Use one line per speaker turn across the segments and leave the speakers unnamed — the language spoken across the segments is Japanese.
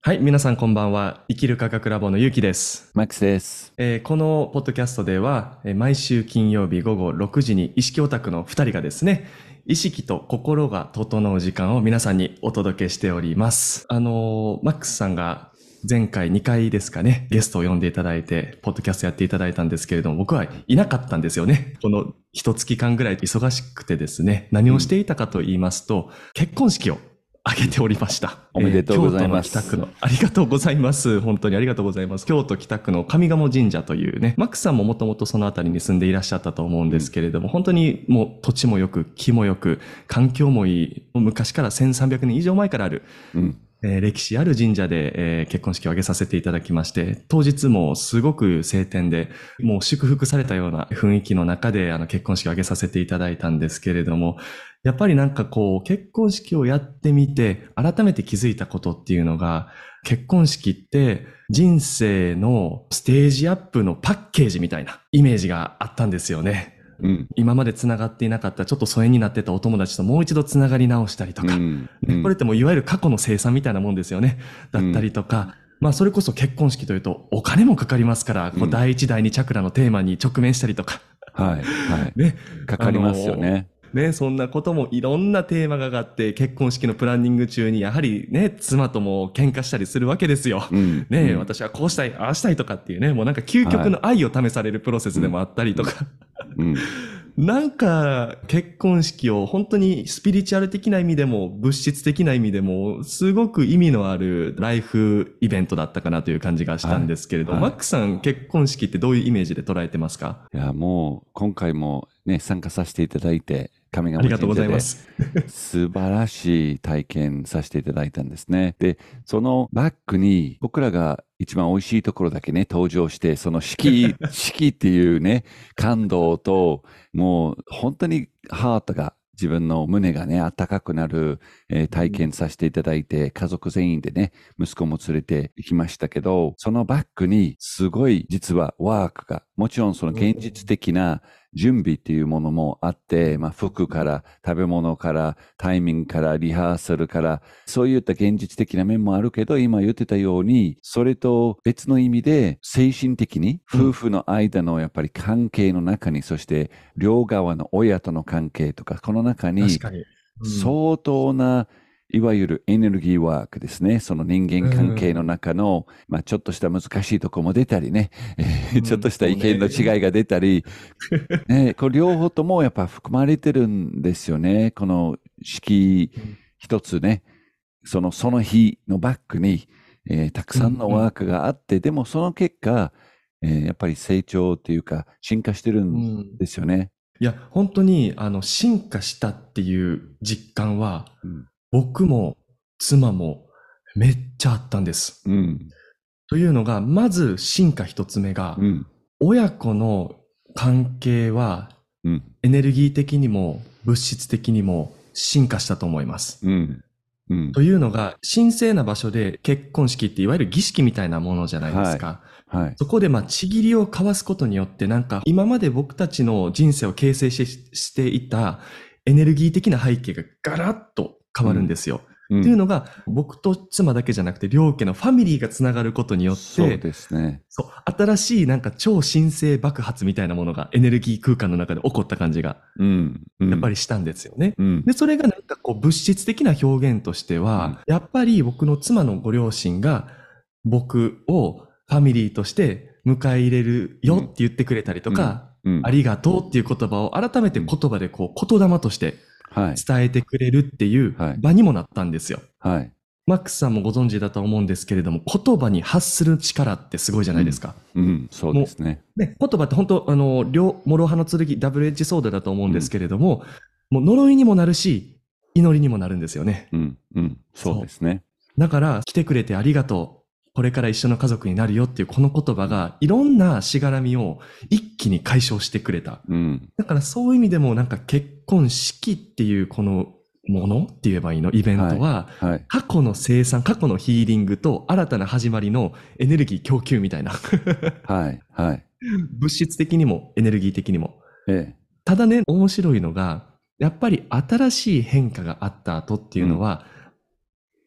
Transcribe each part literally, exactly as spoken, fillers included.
はい、皆さんこんばんは。生きる科学ラボのゆうきです。
マックスです。
えーこのポッドキャストでは、えー毎週金曜日午後ろくじに意識オタクのふたりがですね、意識と心が整う時間を皆さんにお届けしております。あのーマックスさんが前回にかいですかね、ゲストを呼んでいただいて、ポッドキャストやっていただいたんですけれども、僕はいなかったんですよね。この一月間ぐらい忙しくてですね、何をしていたかと言いますと、結婚式を挙げておりました。
おめでとうございます。
えー京都の北区の、ありがとうございます。本当にありがとうございます。京都北区の上賀茂神社というね、マックスさんももともとそのあたりに住んでいらっしゃったと思うんですけれども、うん、本当にもう土地も良く、木も良く、環境もいい、昔からせんさんびゃくねん以上前からある、うんえー、歴史ある神社で、えー、結婚式を挙げさせていただきまして、当日もすごく晴天で、もう祝福されたような雰囲気の中であの結婚式を挙げさせていただいたんですけれども、やっぱりなんかこう結婚式をやってみて改めて気づいたことっていうのが、結婚式って人生のステージアップのパッケージみたいなイメージがあったんですよね。うん、今まで繋がっていなかったちょっと疎遠になってたお友達ともう一度繋がり直したりとか、うんうん、これってもういわゆる過去の清算みたいなもんですよね。だったりとか、うん、まあそれこそ結婚式というとお金もかかりますから、こう第一第二チャクラのテーマに直面したりとか、
はいはいね、かかりますよね。
ね、そんなこともいろんなテーマがあって、結婚式のプランニング中にやはりね、妻とも喧嘩したりするわけですよ。うん、ね、うん、私はこうしたい、ああしたいとかっていうね、もうなんか究極の愛を試されるプロセスでもあったりとか。はいうんうん、なんか結婚式を本当にスピリチュアル的な意味でも物質的な意味でもすごく意味のあるライフイベントだったかなという感じがしたんですけれど、はいはい、マックさん結婚式ってどういうイメージで捉えてますか？
いやもう今回もね参加させていただいて上賀茂神社で
ありがとうございます。
素晴らしい体験させていただいたんですね。で、そのバックに僕らが一番美味しいところだけね、登場して、その式、式っていうね、感動と、もう本当にハートが、自分の胸がね、温かくなる、えー、体験させていただいて、家族全員でね、息子も連れて行きましたけど、そのバックにすごい実はワークが、もちろんその現実的な準備っていうものもあって、まあ服から食べ物からタイミングからリハーサルからそういった現実的な面もあるけど、今言ってたように、それと別の意味で精神的に夫婦の間のやっぱり関係の中に、そして両側の親との関係とか、この中に相当ないわゆるエネルギーワークですね。その人間関係の中の、まあちょっとした難しいところも出たりね、ちょっとした意見の違いが出たり、ね、これ両方ともやっぱ含まれてるんですよね。この式一つね、そのその日のバックに、えー、たくさんのワークがあって、うんうん、でもその結果、えー、やっぱり成長っていうか進化してるんですよね。
うん、いや、本当にあの進化したっていう実感は、うん僕も妻もめっちゃあったんです。うん、というのが、まず進化一つ目が、うん、親子の関係は、うん、エネルギー的にも物質的にも進化したと思います。うんうん、というのが、神聖な場所で結婚式っていわゆる儀式みたいなものじゃないですか。はいはい、そこでまあちぎりを交わすことによってなんか今まで僕たちの人生を形成し、していたエネルギー的な背景がガラッと変わるんですよ。うん、っていうのが、僕と妻だけじゃなくて、両家のファミリーがつながることによって、
そうですね。
そう、新しいなんか超新星爆発みたいなものがエネルギー空間の中で起こった感じが、うんうん、やっぱりしたんですよね。うん、で、それがなんかこう物質的な表現としては、うん、やっぱり僕の妻のご両親が僕をファミリーとして迎え入れるよって言ってくれたりとか、うんうん、ありがとうっていう言葉を改めて言葉でこう言霊として伝えてくれるっていう場にもなったんですよ。はいはい、マックスさんもご存知だと思うんですけれども、言葉に発する力ってすごいじゃないですか。
うん、うん、そうですね。
ね、言葉って本当、あの、両、諸刃の剣、ダブルエッジソードだと思うんですけれども、うん、もう呪いにもなるし、祈りにもなるんですよね。
うん、うん、そうですね。
だから、来てくれてありがとう。これから一緒の家族になるよっていうこの言葉が、いろんなしがらみを一気に解消してくれた。うん、だからそういう意味でもなんか結婚式っていうこのものって言えばいいのイベントは、はいはい、過去の生産、過去のヒーリングと新たな始まりのエネルギー供給みたいな。はい、はい。物質的にもエネルギー的にも。ええ、ただね、面白いのが、やっぱり新しい変化があった後っていうのは、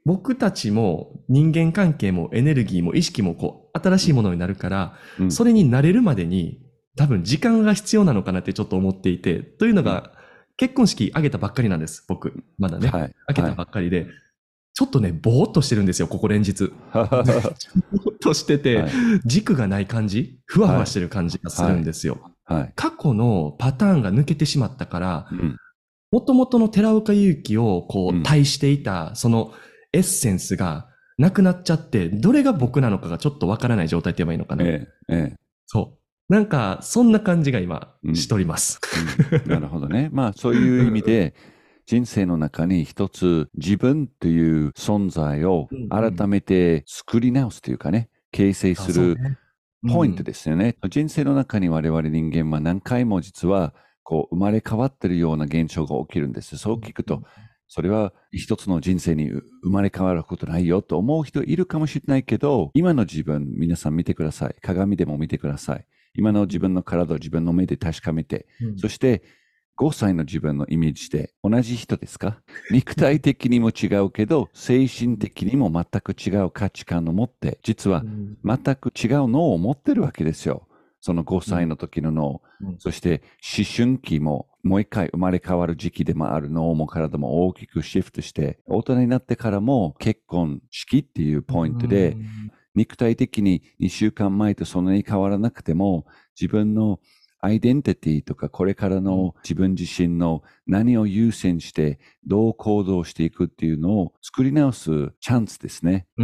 僕たちも人間関係もエネルギーも意識もこう新しいものになるから、
うん、
それに慣れるまでに多分時間が必要なのかなってちょっと思っていて、というの
うん、
が結婚式挙げたばっかりなんです、僕。まだね。
はい、
挙げた
はい。
ばっかりで。ちょっとね、ぼーっとしてるんですよ、ここ連日。ぼーっとしてて、
はい、
軸がない感じ、ふわふ
はい、
わしてる感じがする
はい、
んですよ。
はい。
過去のパターンが抜けてしまったから、
うん、
元々の寺岡祐希をこう、
うん、
対していた、そのエッセンスがなくなっちゃって、どれが
うん。
僕なのかがちょっとわからない状態って言えばいいのかな。
ええ、ええ。
そう。なんか、そんな感じが今、
うん、
しとります。
うん。なるほどね。まあ、そういう意味で、人生の中に一つ自分という存在を
うんうん。
改めて作り直すというかね、形成
あ、
する
そうね。う
ポイント
ん。
ですよね。人生の中に我々人間は何回も実はこう生まれ変わってるような現象が起きるんです。そう聞くと、それは一つの人生に生まれ変わることないよと思う人いるかもしれないけど、今の自分、皆さん見てください。鏡でも見てください。今の自分の体を自分の目で確かめて、
うん。
そしてごさいの自分のイメージで同じ人ですか？肉体的にも違うけど、精神的にも全く違う価値観を持って、実は
うん。
全く違う脳を持ってるわけですよ。そのごさいの時の脳。
うん。
そして思春期ももう一回生まれ変わる時期でもある脳も体も大きくシフトして、大人になってからも結婚式っていう
う
ポイントで、
ん。
肉体的ににしゅうかんまえとそんなに変わらなくても、自分のアイデンティティとかこれから
うん。
の自分自身の何を優先してどう行動していくっていうのを作り直すチャンスですね。
うん、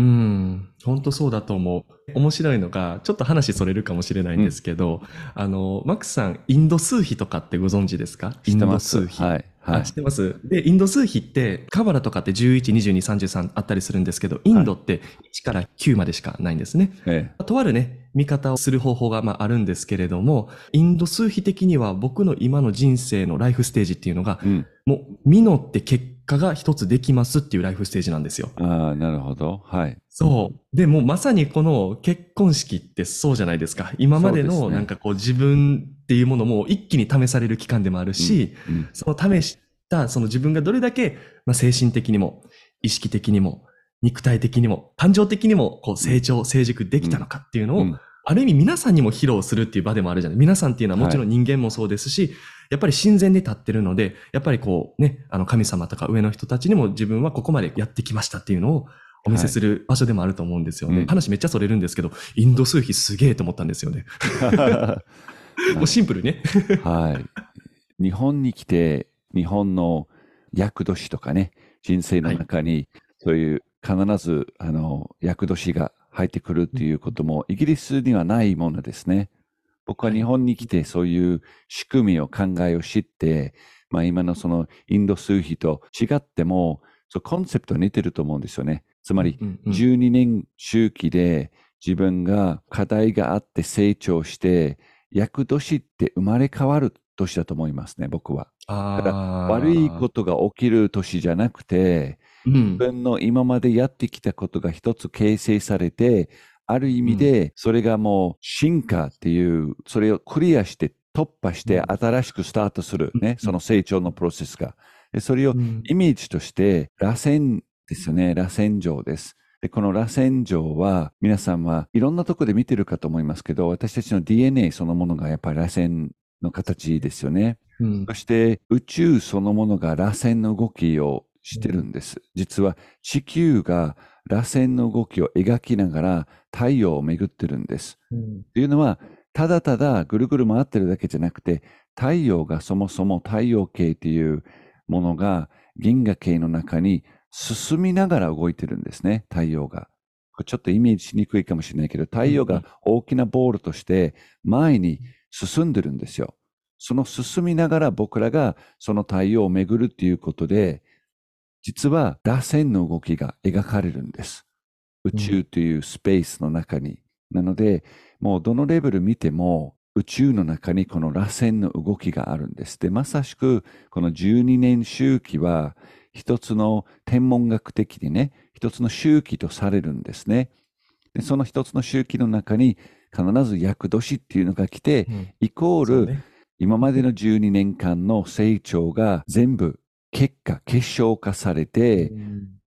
本当そうだと思う。面白いのが、ちょっと話それるかもしれないんで
うん。
すけど、あの、マックスさん、インド数比とかってご存知ですか？インド
知ってます。
数比。
はい。は
あ、知
い。
ってます。で、インド数比って、カバラとかってじゅういち、にじゅうに、さんじゅうさんあったりするんですけど、イ
はい。
ンドっていちからきゅうまでしかないんですね。
ええ。
とあるね、見方をする方法がまああるんですけれども、インド数比的には僕の今の人生のライフステージっていうのが、
うん。
もう実って結果が一つできますっていうライフステージなんですよ。
ああ、なるほど。はい。
そう。でもまさにこの結婚式ってそうじゃないですか。今ま
そう
で
ですね。
のなんかこう自分っていうものも一気に試される期間でもある
うん。
し、
うん。
その試したその自分がどれだけ、まあ、精神的にも意識的にも肉体的にも感情的にもこう
うん。
成長、成熟で
うん。
きたのかっていうのを、
うん。
ある意味皆さんにも披露するっていう場でもあるじゃない。皆さんっていうのはも
はい。
ちろん人間もそうですし、やっぱり親善で立ってるので、やっぱりこうね、あの神様とか上の人たちにも自分はここまでやってきましたっていうのをお見せ
はい。
する場所でもあると思うんですよね。
うん。
話めっちゃそれるんですけど、インド数比すげえと思ったんですよね。もう
なるほど。
シンプルにね。
はい。日本に来て、日本の厄年とかね、人生の
はい。
中に、そういう必ず、あの、厄年が入ってくるっていうことも、イギリスにはないものですね。僕は日
はい。
本に来て、そういう仕組みを考えを知って、まあ今のそのインド数比と違っても、そうコンセプトは似てると思うんですよね。つまり、
うんうんうん。
じゅうにねん周期で自分が課題があって成長して、厄年って生まれ変わる年だと思いますね、僕は。だから悪い
ああ、
ことが起きる年じゃなくて、自
うん、
分の今までやってきたことが一つ形成されて、ある意
うん、
味で、それがもう進化っていう、それをクリアして突破して
うん、
新しくスタートする
うん、
ね、その成長のプロセスが。でそれを
うん、
イメージとして、螺旋ですよね、螺旋状です。で、この螺旋状は、皆さんはいろんなところで見てるかと思いますけど、私たちの ディーエヌエー そのものがやっぱり螺旋の形ですよね。
うん、
そして宇宙そのものが螺旋の動きをしてる
うん、
んです。実は地球が螺旋の動きを描きながら太陽を巡ってるんです。
うん、
というのは、ただただぐるぐる回ってるだけじゃなくて、太陽がそもそも太陽系というものが銀河系の中に進みながら動いてるんですね、太陽が。これちょっとイメージしにくいかもしれないけど、太
うん、
陽が大きなボールとして前に進んでるんですよ。その進みながら僕らがその太陽を巡るっていうことで、実は螺旋の動きが描かれるんです。宇
うん、
宙というスペースの中に。なので、もうどのレベル見ても、宇宙の中にこの螺旋の動きがあるんです。で、まさしく、このじゅうにねん周期は、一つの天文学的にね、一つの周期とされるんですね。で、その一つの周期の中に、必ず厄年っていうのが来て、
うん。
イコール、
そうね。
今までのじゅうにねんかんの成長が全部結果、結晶化され
う
て、
ん、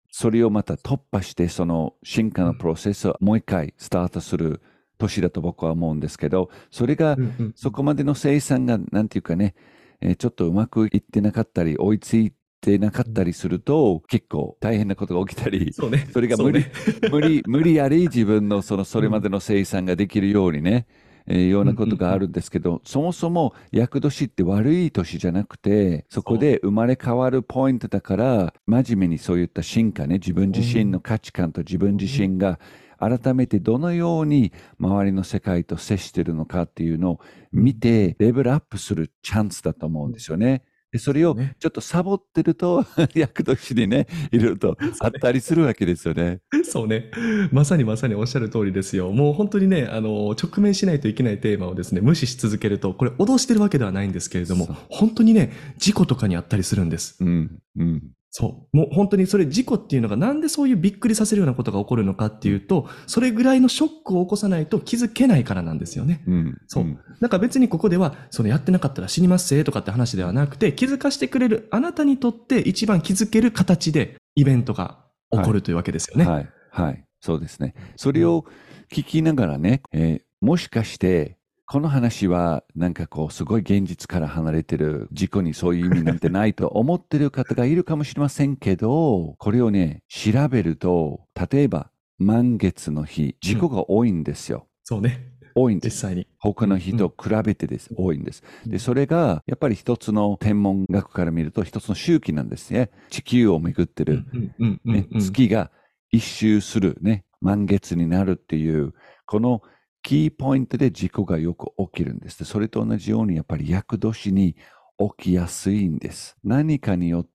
それをまた突破して、その進化のプロセスをもう一回スタートする年だと僕は思うんですけど、それが、
うんうん
そこまでの生産が、なんていうかね、えーちょっとうまくいってなかったり、追いついてなかったりすると、結構大変なことが起きたり、
そうね。
それが無理、
そうね。
無理、無理やり自分のその、それま
うん
での生産ができるようにね、えーよう
うん
なことがあるんですけど、そもそも厄年って悪い年じゃなくて、そこで生まれ変わるポイントだから、真面目にそういった進化ね、自分自身の価値観と自分自身が改めてどのように周りの世界と接しているのかっていうのを見て、レベルアップするチャンスだと思うんですよね。でそれを
ね。
ちょっとサボってると、厄年にね、いろいろとあったりするわけですよね。
そうね。まさにまさにおっしゃる通りですよ。もう本当にね、あの、直面しないといけないテーマをですね、無視し続けると、これ脅してるわけではないんですけれども
そう、
本当にね、事故とかにあったりするんです。
うん、うん、
そう。もう本当にそれ事故っていうのがなんでそういうびっくりさせるようなことが起こるのかっていうと、それぐらいのショックを起こさないと気づけないからなんですよね。
うん。
そう。だから別にここでは、そのやってなかったら死にますせとかって話ではなくて、気づかしてくれるあなたにとって一番気づける形でイベントが起こるというわけですよね。
はい、はい、そうですね。それを聞きながらね、えーもしかして、この話はなんかこうすごい現実から離れてる事故にそういう意味なんてないと思ってる方がいるかもしれませんけど、これをね、調べると、例えば満月の日、事故が多いんですよ。
そうね。
多いんです。
実際に。
他の日と比べてです、多いんです。で、それがやっぱり一つの天文学から見ると一つの周期なんですね。地球を巡ってる、
うんうんうん
ね
うん
月が一周するね、満月になるっていう、このキーポイントで事故がよく起きるんです。でそれと同じようにやっぱり厄年に起きやすいんです。何かによって、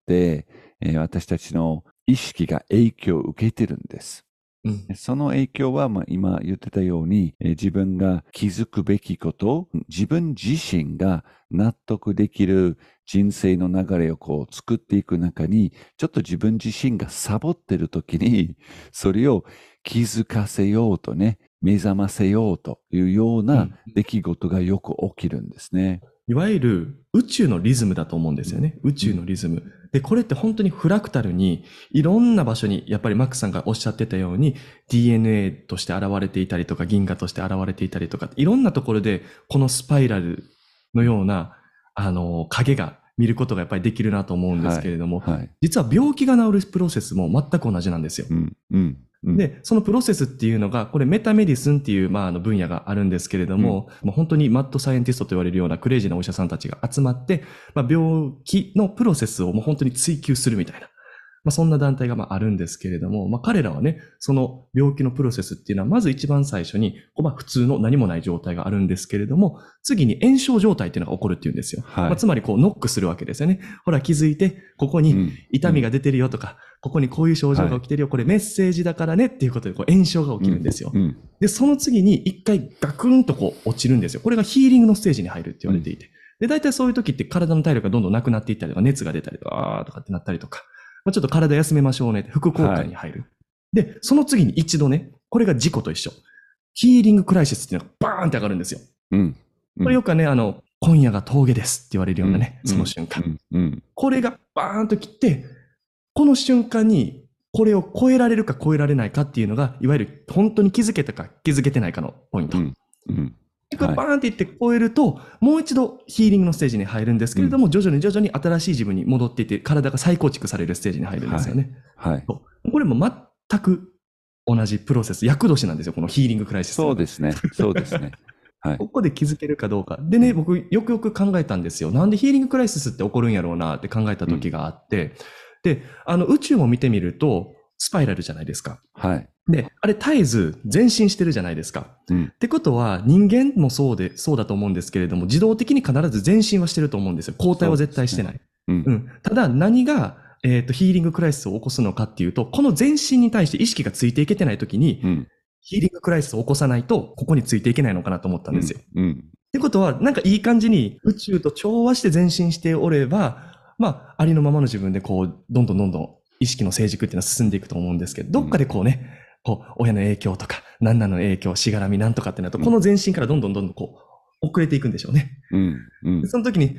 えー私たちの意識が影響を受けてるんです。
うん
その影響は、まあ、今言ってたように、えー自分が気づくべきこと、自分自身が納得できる人生の流れをこう作っていく中に、ちょっと自分自身がサボってる時に、それを気づかせようとね、目覚ませようというよう
う
なん出来事がよく起きるんですね。
いわゆる宇宙のリズムだと思うんですよね。宇宙のリズム。で、これって本当にフラクタルにいろんな場所に、やっぱりマックさんがおっしゃってたように ディーエヌエー として現れていたりとか銀河として現れていたりとか、いろんなところでこのスパイラルのような、あの、影が見ることがやっぱりできるなと思うんですけれども、
はい。
実は病気が治るプロセスも全く同じなんですよ。
うん、うん、うん。
で、そのプロセスっていうのが、これメタメディスンっていう、まあ、あの分野があるんですけれども、もう本当にマッドサイエンティストと言われるようなクレイジーなお医者さんたちが集まって、まあ、病気のプロセスをもう本当に追求するみたいな、まあ、そんな団体がまああるんですけれども、まあ、彼らはね、その病気のプロセスっていうのは、まず一番最初に、こうまあ、普通の何もない状態があるんですけれども、次に炎症状態っていうのが起こるっていうんですよ。
はい
まあ、つまりこうノックするわけですよね。ほら気づいて、ここに痛みが出てるよとか、ここにこういう症状が起きてるよ、これメッセージだからねっていうことでこう炎症が起きるんですよ。
うん、うん
で、その次に一回ガクンとこう落ちるんですよ。これがヒーリングのステージに入るって言われていて。で、大体そういう時って体の体力がどんどんなくなっていったりとか、熱が出たりとか、あーとかってなったりとか、まあ、ちょっと体休めましょうねって副交感に入る。で、その次に一度ね、これが事故と一緒。ヒーリングクライシスっていうのがバーンって上がるんですよ。
うん。
これよくはね、あの、今夜が峠ですって言われるようなね、
うん
その瞬間。
うん、うん。
これがバーンと来て、この瞬間にこれを超えられるか超えられないかっていうのが、いわゆる本当に気づけたか気づけてないかのポイント。
うん、うん。
でこれバーンっていって超えると、もう一度ヒーリングのステージに入るんですけれども、徐々に徐々に新しい自分に戻っていって、体が再構築されるステージに入るんですよね。
はい。
そうこれも全く同じプロセス、厄年なんですよ、このヒーリングクライシス。
そうですね。そうですね。はい。
ここで気づけるかどうか。でね、僕よくよく考えたんですよ。なんでヒーリングクライシスって起こるんやろうなって考えた時があって、で、あの宇宙も見てみると、スパイラルじゃないですか。
はい。
で、あれ絶えず前進してるじゃないですか。
うん。
ってことは人間もそうで、そうだと思うんですけれども、自動的に必ず前進はしてると思うんですよ。後退は絶対してない。
うん
う。ん。ただ何が、えっと、ヒーリングクライシスを起こすのかっていうと、この前進に対して意識がついていけてないときに、
うん。
ヒーリングクライシスを起こさないと、ここについていけないのかなと思ったんですよ。
うん。
ってことは、なんかいい感じに宇宙と調和して前進しておれば、まあ、ありのままの自分でこう、どんどんどんどん意識の成熟っていうのは進んでいくと思うんですけど、どっかでこうね、こう、親の影響とか、何々の影響、しがらみなんとかってなると、この前進からどんどんどんどんこう、遅れていくんでしょうね。
うん。うん。
でその時に、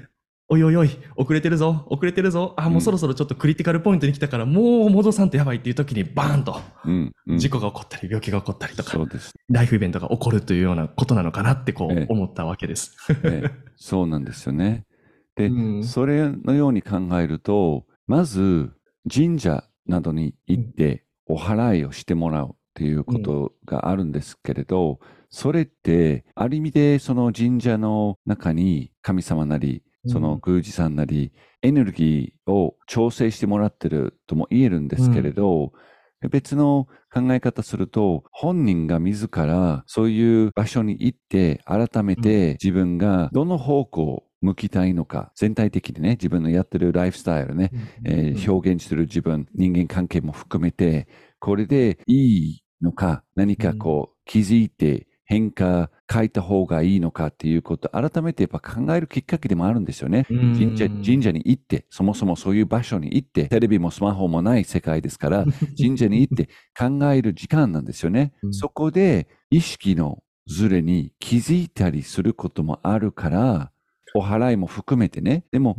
おいおいおい、遅れてるぞ、遅れてるぞ、あ、もうそろそろちょっとクリティカルポイントに来たから、もう戻さんとやばいっていう時にバーンと、
うんうん、
事故が起こったり、病気が起こったりとか、
そうです。
ライフイベントが起こるというようなことなのかなってこ
ええ
う思ったわけです。
ええ、そうなんですよね。で、
うん。
それのように考えると、まず神社などに行ってお祓いをしてもらうっていう
うん。
ことがあるんですけれど、それってある意味でその神社の中に神様なり、その
うん。
宮司さんなり、エネルギーを調整してもらってるとも言えるんですけれ
うん。
ど、別の考え方すると、本人が自らそういう場所に行って、改め
うん。
て自分がどの方向を向きたいのか、全体的にね、自分のやってるライフスタイルね、
うん。
えー
うん。
表現する自分、人間関係も含めて、これでいいのか、何かこう気づいて変化変えた方がいいのかっていうこと、改めてやっぱ考えるきっかけでもあるんですよね。
う
神社、神
ん。
社に行って、そもそもそういう場所に行って、テレビもスマホもない世界ですから、神社に行って考える時間なんですよね。
うん。
そこで意識のズレに気づいたりすることもあるから、お祓いも含めてね。でも、
うん。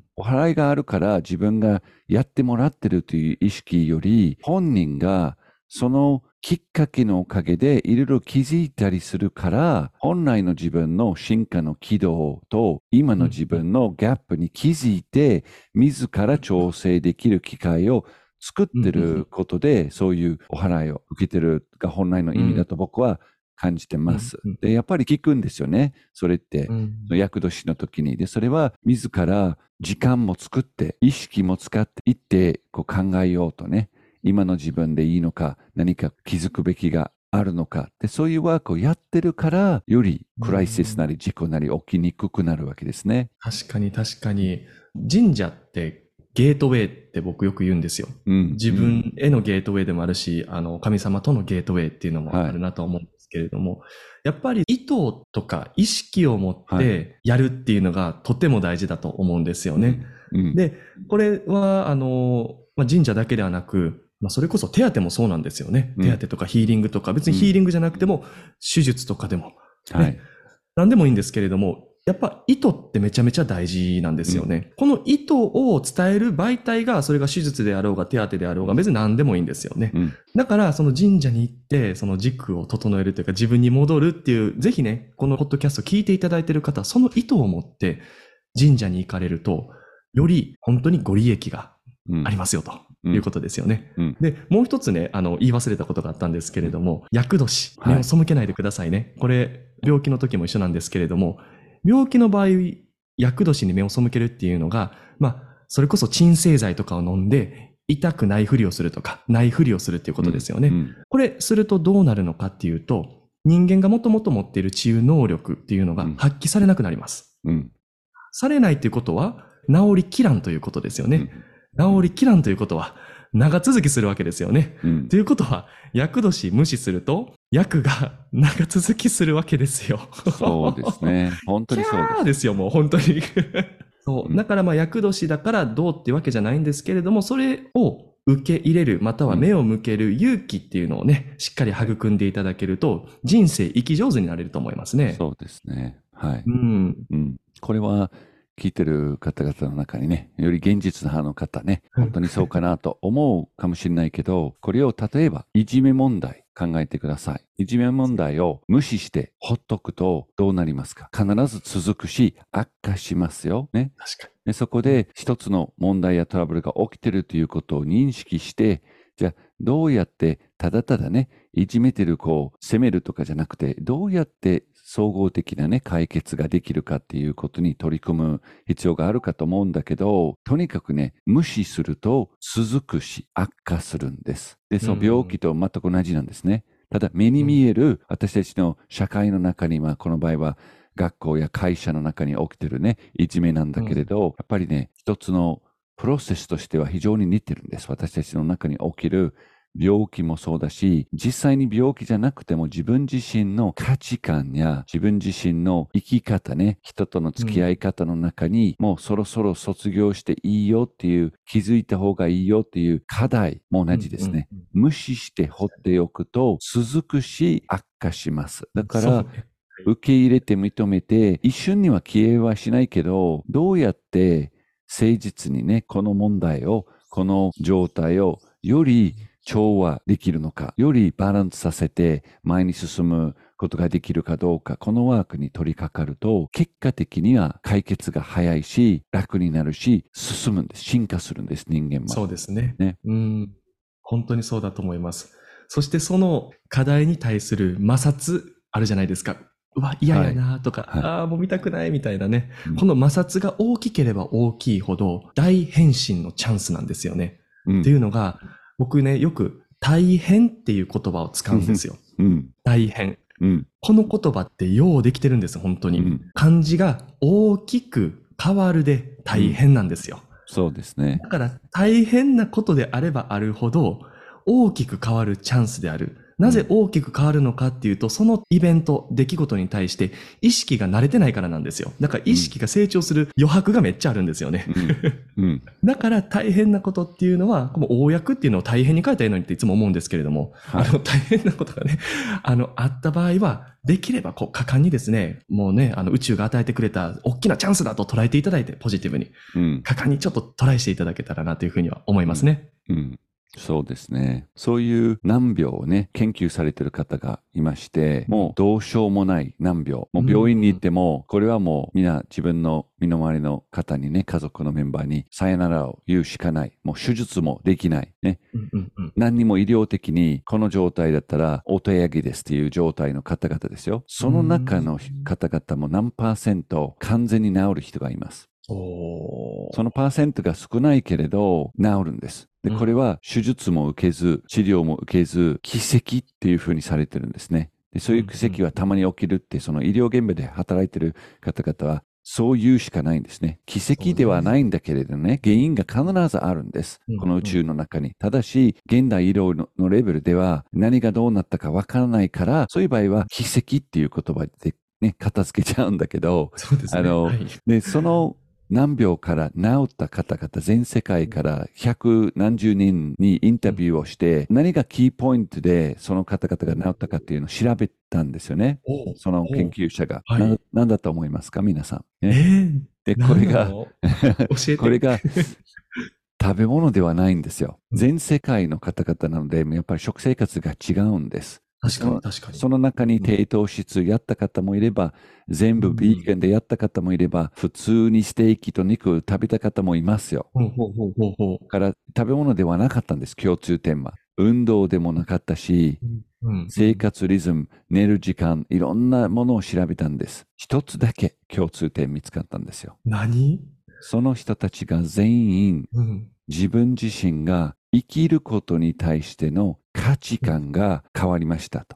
お祓いがあるから自分がやってもらってるという意識より、本人がそのきっかけのおかげでいろいろ気づいたりするから、本来の自分の進化の軌道と今の自分のギャップに気づいて、自ら調整できる機会を作ってることで、そういうお祓いを受けてるが本来の意味だと僕は感じてます。で、やっぱり聞くんですよね。それって、厄年の時に。で、それは自ら時間も作って、意識も使っていって、こう考えようとね。今の自分でいいのか、何か気づくべきがあるのか。で、そういうワークをやってるから、よりクライシスなり事故なり起きにくくなるわけですね。
確かに確かに。神社ってゲートウェイって僕よく言うんですよ。
うん、
自分へのゲートウェイでもあるし、あの、神様とのゲートウェイっていうのもあるなと思うんですけれども、やっぱり意図とか意識を持ってやるっていうのがとても大事だと思うんですよね。
うんうん、
で、これは、あの、まあ、神社だけではなく、まあ、それこそ手当もそうなんですよね。
うん
手当とかヒーリングとか、別にヒーリングじゃなくても、手術とかでも、ね、
はい。
何でもいいんですけれども、やっぱ意図ってめちゃめちゃ大事なんですよね。この意図を伝える媒体が、それが手術であろうが手当であろうが、別に何でもいいんですよね。
うん
だから、その神社に行って、その軸を整えるというか、自分に戻るっていう、ぜひね、このポッドキャスト聞いていただいている方は、その意図を持って神社に行かれると、より本当にご利益が
うん
ありますよということですよね。
うん
で、もう一つね、あの、言い忘れたことがあったんですけれども、厄年、
はい
目を背けないでくださいね。これ、病気の時も一緒なんですけれども、病気の場合、厄年に目を背けるっていうのが、まあ、それこそ鎮静剤とかを飲んで、痛くないふりをするとか、ないふりをするっていうことですよね。
うん
これ、するとどうなるのかっていうと、人間がもともと持っている治癒能力っていうのが発揮されなくなります。
うん
されないっていうことは、治りきらんということですよね。治りきらんということは、長続きするわけですよね。
うん
ということは、厄年無視すると、厄が長続きするわけですよ。
そうですね。本当にそうです。
キャーですよ、もう本当に。そうう。
ん
だからまあ、厄年だからどうってわけじゃないんですけれども、それを受け入れる、または目を向ける勇気っていうのをね、しっかり育んでいただけると、人生生き上手になれると思いますね。
そうですね。はい。
うん。
うん、これは聞いてる方々の中にね、より現実派の方ね、本当にそうかなと思うかもしれないけど、これを例えば、いじめ問題考えてください。いじめ問題を無視してほっとくとどうなりますか？必ず続くし、悪化しますよ。ね。
確かに。
でそこで一つの問題やトラブルが起きてるということを認識して、じゃあどうやってただただね、いじめてる子を責めるとかじゃなくて、どうやって総合的なね、解決ができるかっていうことに取り組む必要があるかと思うんだけど、とにかくね、無視すると続くし悪化するんです。で、その病気と全く同じなんですね。ただ目に見える私たちの社会の中には、この場合は学校や会社の中に起きてるね、いじめなんだけれど、やっぱりね、一つのプロセスとしては非常に似てるんです。私たちの中に起きる病気もそうだし、実際に病気じゃなくても自分自身の価値観や自分自身の生き方ね、人との付き合い方の中に、もうそろそろ卒業していいよっていう、気づいた方がいいよっていう課題も同じですね。無視して放っておくと続くし悪化します。だから、
そうね
受け入れて認めて、一瞬には消えはしないけど、どうやって誠実にね、この問題を、この状態をより調和できるのか、よりバランスさせて前に進むことができるかどうか、このワークに取り掛かると、結果的には解決が早いし、楽になるし、進むんです。進化するんです、人間は。
そうですね。
ね。
うん。本当にそうだと思います。そしてその課題に対する摩擦あるじゃないですか。うわ、嫌やなとか、
はいはい
ああ、もう見たくないみたいなね。
うん
この摩擦が大きければ大きいほど大変身のチャンスなんですよね。
うん
っていうのが、僕ね、よく大変っていう言葉を使うんですよ。
うん
大変。
うん
この言葉ってようできてるんです、本当に。
うん
漢字が大きく変わるで大変なんですよ。
そうですね。
だから大変なことであればあるほど大きく変わるチャンスである。なぜ大きく変わるのかっていうと、そのイベント、出来事に対して意識が慣れてないからなんですよ。だから意識が成長する余白がめっちゃあるんですよね。
うんうん
だから大変なことっていうのは、もう公約っていうのを大変に変えたらいいのにっていつも思うんですけれども、
はい
あの大変なことがね、あの、あった場合は、できればこう果敢にですね、もうね、あの宇宙が与えてくれた大きなチャンスだと捉えていただいて、ポジティブに、
うん
果敢にちょっとトライしていただけたらなというふうには思いますね。
うんそうですね。そういう難病をね、研究されている方がいまして、もうどうしようもない難病。もう病院に行っても、これはもうみんな自分の身の回りの方にね、家族のメンバーにさよならを言うしかない。もう手術もできない。ね。
うんうんうん。
何にも医療的にこの状態だったらお手上げですっていう状態の方々ですよ。その中の方々も何パーセント完全に治る人がいます。
おー
そのパーセントが少ないけれど治るんです。で、これは手術も受けず、治療も受けず、奇跡っていうふうにされてるんですね。で、そういう奇跡はたまに起きるって、その医療現場で働いてる方々は、そう言うしかないんですね。奇跡ではないんだけれどね、原因が必ずあるんです。この宇宙の中に。ただし、現代医療ののレベルでは何がどうなったかわからないから、そういう場合は奇跡っていう言葉でね、片付けちゃうんだけど、
そうですね。
あの、
はい。
で、その難病から治った方々、全世界から百何十人にインタビューをして、何がキーポイントでその方々が治ったかっていうのを調べたんですよね。
お
その研究者が。
はい
な何だと思いますか、皆さん。
え
ね
ー、
で、これが、
何なの教えて。
これが食べ物ではないんですよ。全世界の方々なので、やっぱり食生活が違うんです。
確か
その
に確かに。
その中に低糖質やった方もいれば、全部ビーガンでやった方もいれば、普通にステーキと肉を食べた方もいますよ。
ほうほうほうほうほう。
だから食べ物ではなかったんです、共通点は。運動でもなかったし、
うん
生活リズム、寝る時間、いろんなものを調べたんです。一つだけ共通点見つかったんですよ。
何
その人たちが全員、
うん。
自分自身が生きることに対しての価値観が変わりましたと。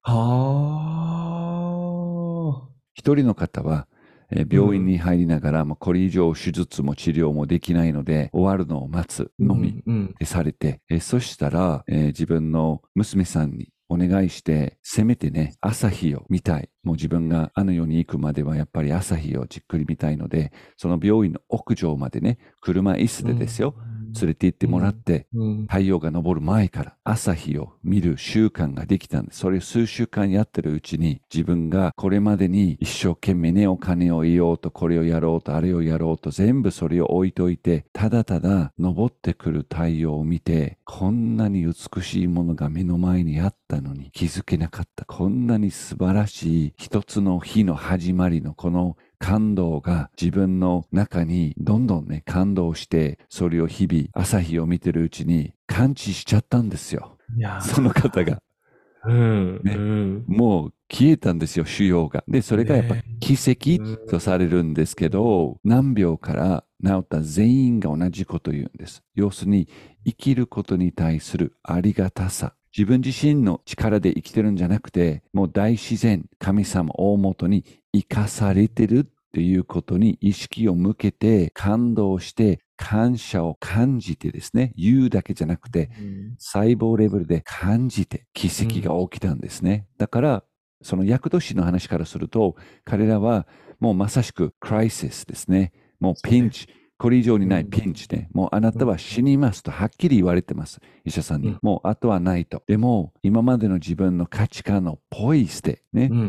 はあ。
一人の方は、えー病院に入りながら、もうこれ以上手術も治療もできないので、終わるのを待つのみ
うんうん
でされて、えーそしたら、えー自分の娘さんにお願いして、せめてね、朝日を見たい。もう自分があの世に行くまではやっぱり朝日をじっくり見たいので、その病院の屋上までね、車椅子でですよ、連れて行ってもらって、
うん
太陽が昇る前から朝日を見る習慣ができたんです。それを数週間やってるうちに、自分がこれまでに一生懸命ね、お金を得ようと、これをやろうと、あれをやろうと、全部それを置いといて、ただただ昇ってくる太陽を見て、こんなに美しいものが目の前にあったのに気づけなかった。こんなに素晴らしい一つの日の始まりのこの感動が自分の中にどんどんね、感動して、それを日々朝日を見てるうちに感知しちゃったんですよ。
いやー
その方が。
うん。
ね
うん。
もう消えたんですよ、腫瘍が。で、それがやっぱ
ね
奇跡とされるんですけど、難病から治った全員が同じことを言うんです。要するに、生きることに対するありがたさ。自分自身の力で生きてるんじゃなくて、もう大自然、神様大元に生かされてるっていうことに意識を向けて、感動して、感謝を感じてですね、言うだけじゃなくて、
うん
細胞レベルで感じて奇跡が起きたんですね。だから、その厄年の話からすると、彼らはもうまさしくクライシスですね。もうピンチ。これ以上にないピンチね。もうあなたは死にますとはっきり言われてます。医者さんに。
うん
もうあとはないと。でも、今までの自分の価値観のポイ捨て、ね。
うん。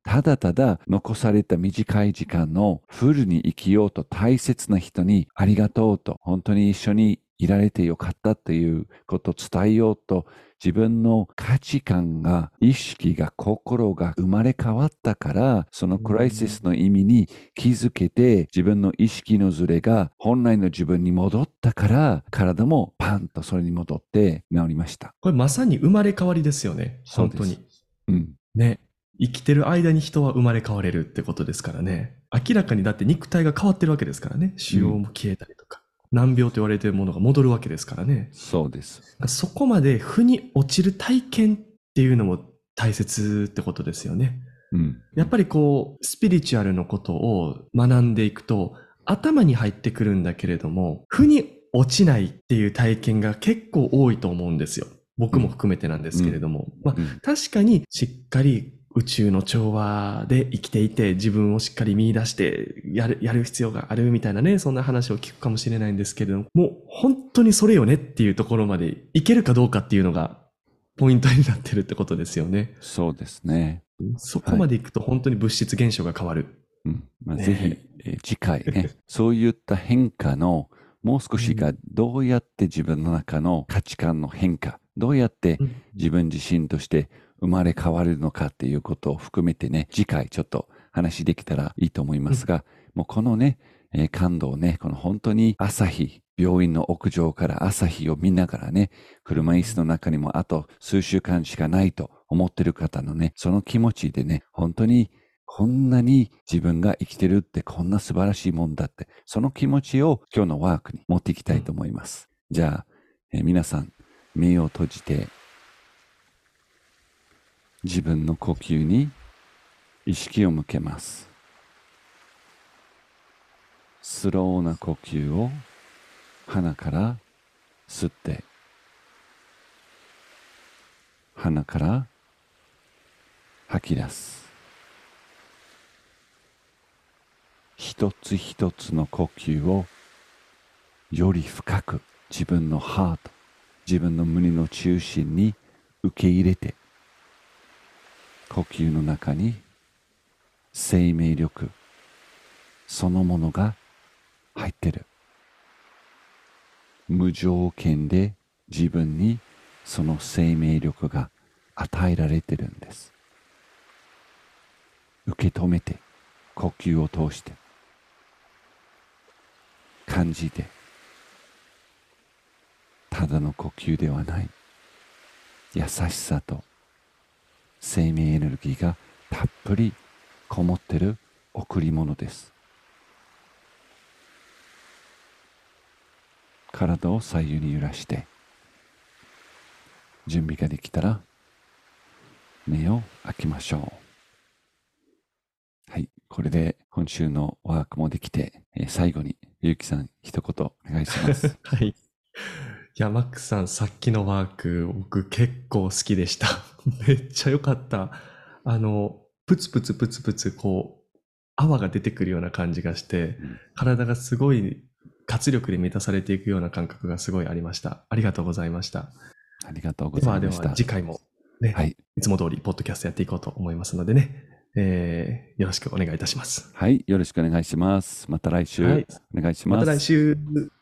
ただただ残された短い時間のフルに生きようと大切な人にありがとうと、本当に一緒にいられてよかったということを伝えようと、自分の価値観が、意識が、心が生まれ変わったから、そのクライシスの意味に気づけて、自分の意識のズレが本来の自分に戻ったから、体もパンとそれに戻って治りました。
これまさに生まれ変わりですよね。本当に。
うん。
ね。生きてる間に人は生まれ変われるってことですからね。明らかにだって肉体が変わってるわけですからね。腫瘍も消えたりとか。難病と言われているものが戻るわけですからね。
そうです。
そこまで負に落ちる体験っていうのも大切ってことですよね。
うん、
やっぱりこう、スピリチュアルのことを学んでいくと、頭に入ってくるんだけれども、負に落ちないっていう体験が結構多いと思うんですよ。僕も含めてなんですけれども。まあ、確かにしっかり宇宙の調和で生きていて、自分をしっかり見出してやる、やる必要があるみたいなね、そんな話を聞くかもしれないんですけれども、もう本当にそれよねっていうところまでいけるかどうかっていうのがポイントになってるってことですよね。
そうですね。
そこまでいくと本当に物質現象が変わる。
うんまあ、
ね、
ぜひ、えー次回ね、そういった変化のもう少しがどうやって自分の中の価値観の変化、どうやって自分自身として生まれ変わるのかっていうことを含めてね、次回ちょっと話できたらいいと思いますが、もうこのね、えー感動ね、この本当に朝日、病院の屋上から朝日を見ながらね、車椅子の中にもあと数週間しかないと思ってる方のね、その気持ちでね、本当にこんなに自分が生きてるってこんな素晴らしいもんだって、その気持ちを今日のワークに持っていきたいと思います。じゃあ、えー皆さん、目を閉じて、自分の呼吸に意識を向けます。スローな呼吸を鼻から吸って、鼻から吐き出す。一つ一つの呼吸をより深く自分のハート、自分の胸の中心に受け入れて、呼吸の中に生命力そのものが入ってる。無条件で自分にその生命力が与えられてるんです。受け止めて、呼吸を通して感じて、ただの呼吸ではない優しさと生命エネルギーがたっぷりこもってる贈り物です。体を左右に揺らして準備ができたら目を開けましょう。はい、これで今週のワークもできて、えー最後にゆうきさん一言お願いします。
はい。いや、マックさん、さっきのワーク、僕結構好きでした。めっちゃ良かった。あの、プツプツプツプツ、こう、泡が出てくるような感じがして、
うん
体がすごい活力で満たされていくような感覚がすごいありました。ありがとうございました。
ありがとうご
ではでは、
ざいました。
次回もね、
はい、
いつも通り、ポッドキャストやっていこうと思いますのでね、えーよろしくお願いいたします。
はい、よろしくお願いします。また来週、
はい。
お願いします。
また来週。